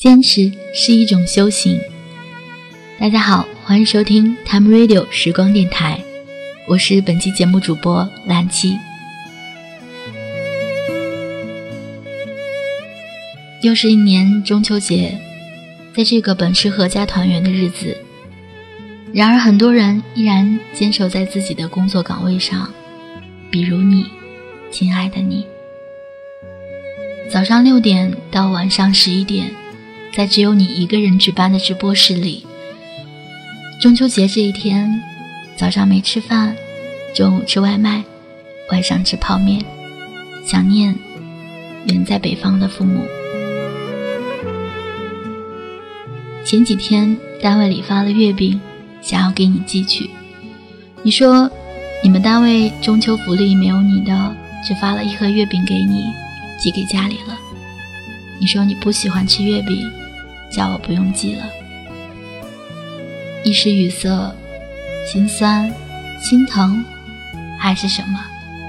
坚持是一种修行。大家好，欢迎收听 Time Radio 时光电台，我是本期节目主播蓝七。又是一年中秋节，在这个本是阖家团圆的日子，然而很多人依然坚守在自己的工作岗位上，比如你，亲爱的你。早上6点到晚上11点，在只有你一个人值班的直播室里，中秋节这一天，早上没吃饭，中午吃外卖，晚上吃泡面，想念远在北方的父母。前几天单位里发了月饼，想要给你寄去，你说你们单位中秋福利没有你的，只发了一盒月饼给你，寄给家里了。你说你不喜欢吃月饼，叫我不用寄了。一时语塞，心酸，心疼，还是什么？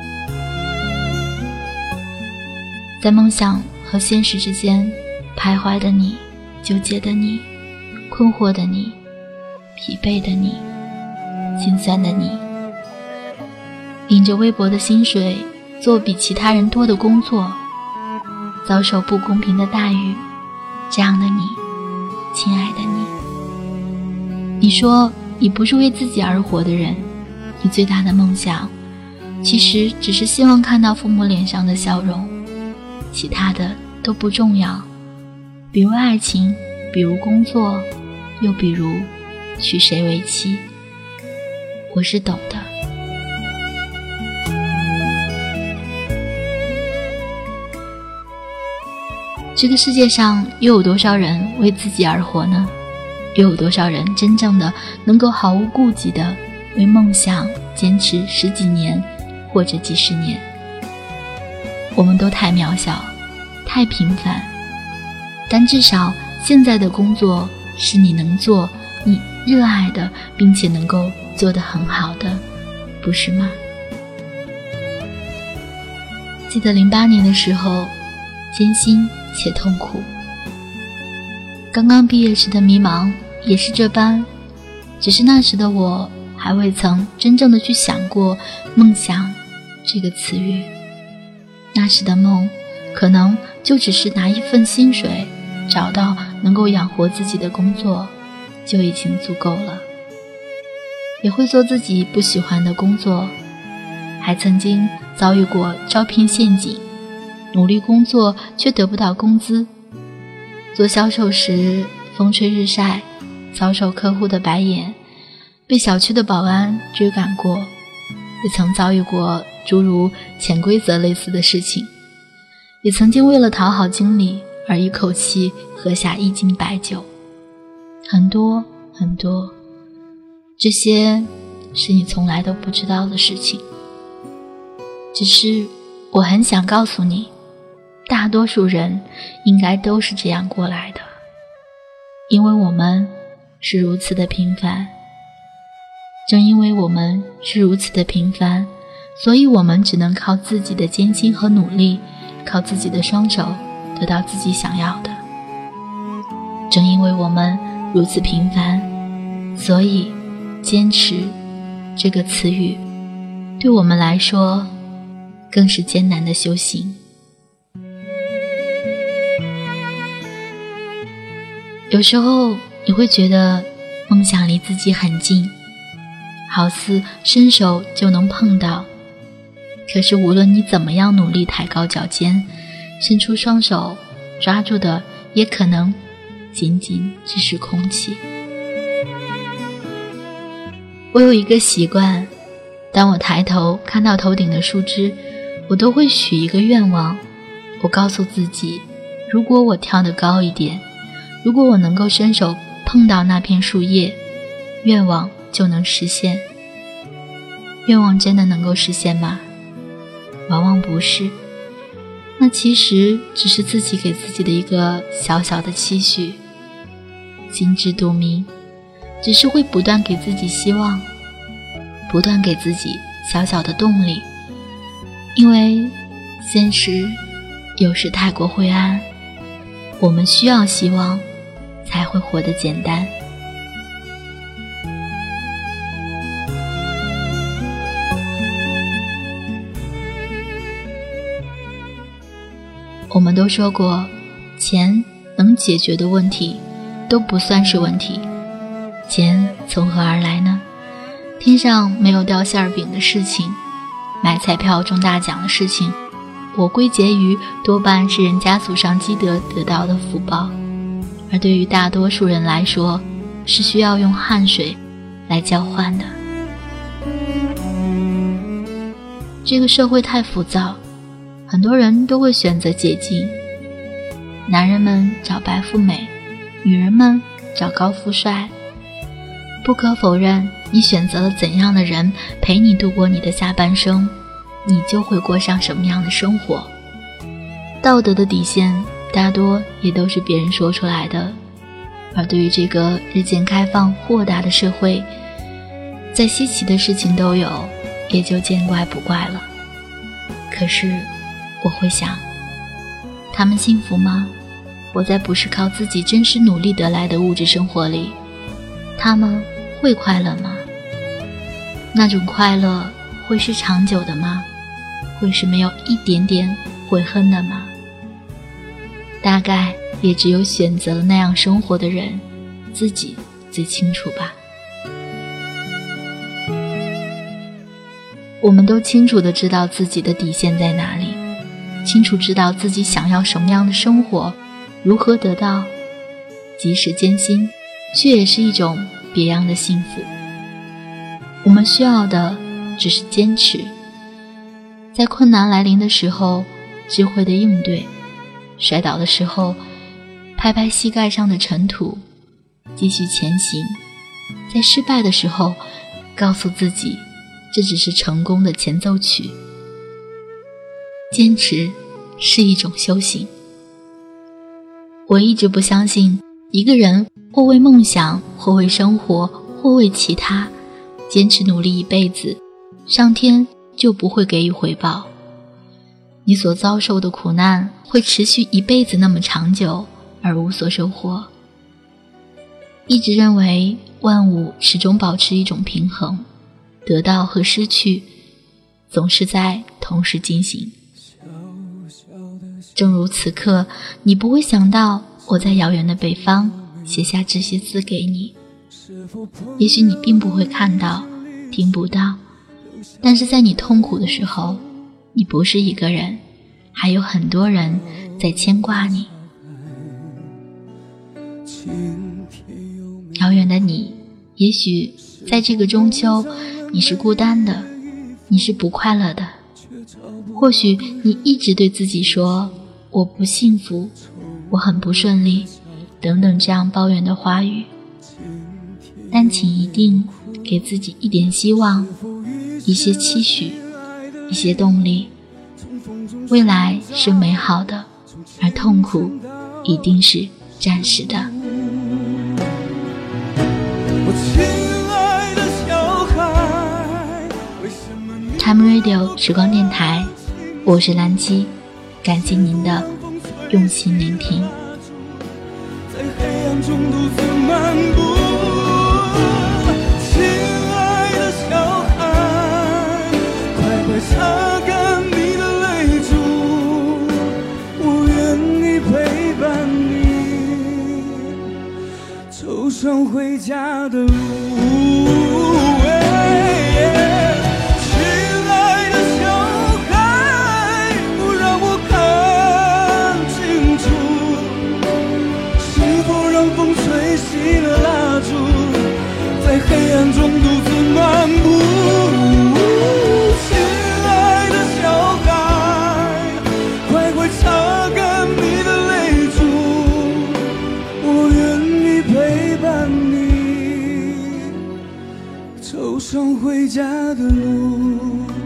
在梦想和现实之间徘徊的你，纠结的你，困惑的你，疲惫的你，心酸的你，领着微薄的薪水做比其他人多的工作，遭受不公平的待遇，这样的你，亲爱的你。你说你不是为自己而活的人，你最大的梦想其实只是希望看到父母脸上的笑容，其他的都不重要，比如爱情，比如工作，又比如娶谁为妻。我是懂的。这个世界上又有多少人为自己而活呢？又有多少人真正的能够毫无顾忌的为梦想坚持10几年或者几十年？我们都太渺小，太平凡，但至少现在的工作是你能做，你热爱的，并且能够做得很好的，不是吗？记得08年的时候，艰辛且痛苦，刚刚毕业时的迷茫也是这般，只是那时的我还未曾真正的去想过梦想这个词语。那时的梦可能就只是拿一份薪水，找到能够养活自己的工作就已经足够了，也会做自己不喜欢的工作，还曾经遭遇过招聘陷阱，努力工作却得不到工资，做销售时风吹日晒，遭受客户的白眼，被小区的保安追赶过，也曾遭遇过诸如潜规则类似的事情，也曾经为了讨好经理而一口气喝下1斤白酒，很多很多，这些是你从来都不知道的事情。只是我很想告诉你，大多数人应该都是这样过来的，因为我们是如此的平凡。正因为我们是如此的平凡，所以我们只能靠自己的艰辛和努力，靠自己的双手得到自己想要的。正因为我们如此平凡，所以坚持这个词语对我们来说更是艰难的修行。有时候你会觉得梦想离自己很近，好似伸手就能碰到，可是无论你怎么样努力抬高脚尖，伸出双手抓住的也可能仅仅只是空气。我有一个习惯，当我抬头看到头顶的树枝，我都会许一个愿望。我告诉自己，如果我跳得高一点，如果我能够伸手碰到那片树叶，愿望就能实现。愿望真的能够实现吗？往往不是，那其实只是自己给自己的一个小小的期许，心知肚明，只是会不断给自己希望，不断给自己小小的动力，因为现实有时太过灰暗， 我们需要希望，才会活得简单。我们都说过，钱能解决的问题都不算是问题。钱从何而来呢？天上没有掉馅饼的事情，买彩票中大奖的事情，我归结于多半是人家祖上积德得到的福报，而对于大多数人来说，是需要用汗水来交换的。这个社会太浮躁，很多人都会选择捷径，男人们找白富美，女人们找高富帅。不可否认，你选择了怎样的人陪你度过你的下半生，你就会过上什么样的生活。道德的底线大多也都是别人说出来的，而对于这个日渐开放豁达的社会，再稀奇的事情都有，也就见怪不怪了。可是我会想，他们幸福吗？活在不是靠自己真实努力得来的物质生活里，他们会快乐吗？那种快乐会是长久的吗？会是没有一点点悔恨的吗？大概也只有选择了那样生活的人自己最清楚吧。我们都清楚地知道自己的底线在哪里，清楚知道自己想要什么样的生活，如何得到，即使艰辛，却也是一种别样的幸福。我们需要的只是坚持，在困难来临的时候智慧的应对，摔倒的时候拍拍膝盖上的尘土，继续前行。在失败的时候告诉自己，这只是成功的前奏曲。坚持是一种修行。我一直不相信一个人或为梦想，或为生活，或为其他，坚持努力一辈子，上天就不会给予回报。你所遭受的苦难会持续一辈子那么长久，而无所收获。一直认为万物始终保持一种平衡，得到和失去总是在同时进行。正如此刻，你不会想到我在遥远的北方写下这些字给你，也许你并不会看到，听不到，但是在你痛苦的时候，你不是一个人，还有很多人在牵挂你。遥远的你，也许在这个中秋，你是孤单的，你是不快乐的，或许你一直对自己说，我不幸福，我很不顺利，等等这样抱怨的话语。但请一定给自己一点希望，一些期许，一些动力。未来是美好的，而痛苦一定是暂时的。Time Radio 时光电台，我是蓝七，感谢您的用心聆听。 在黑暗中独自漫步，亲爱的小孩，快快擦干你的泪珠，我愿意陪伴你走上回家的路。黑暗中独自漫步，亲爱的小孩，快快擦干你的泪珠，我愿意陪伴你走上回家的路。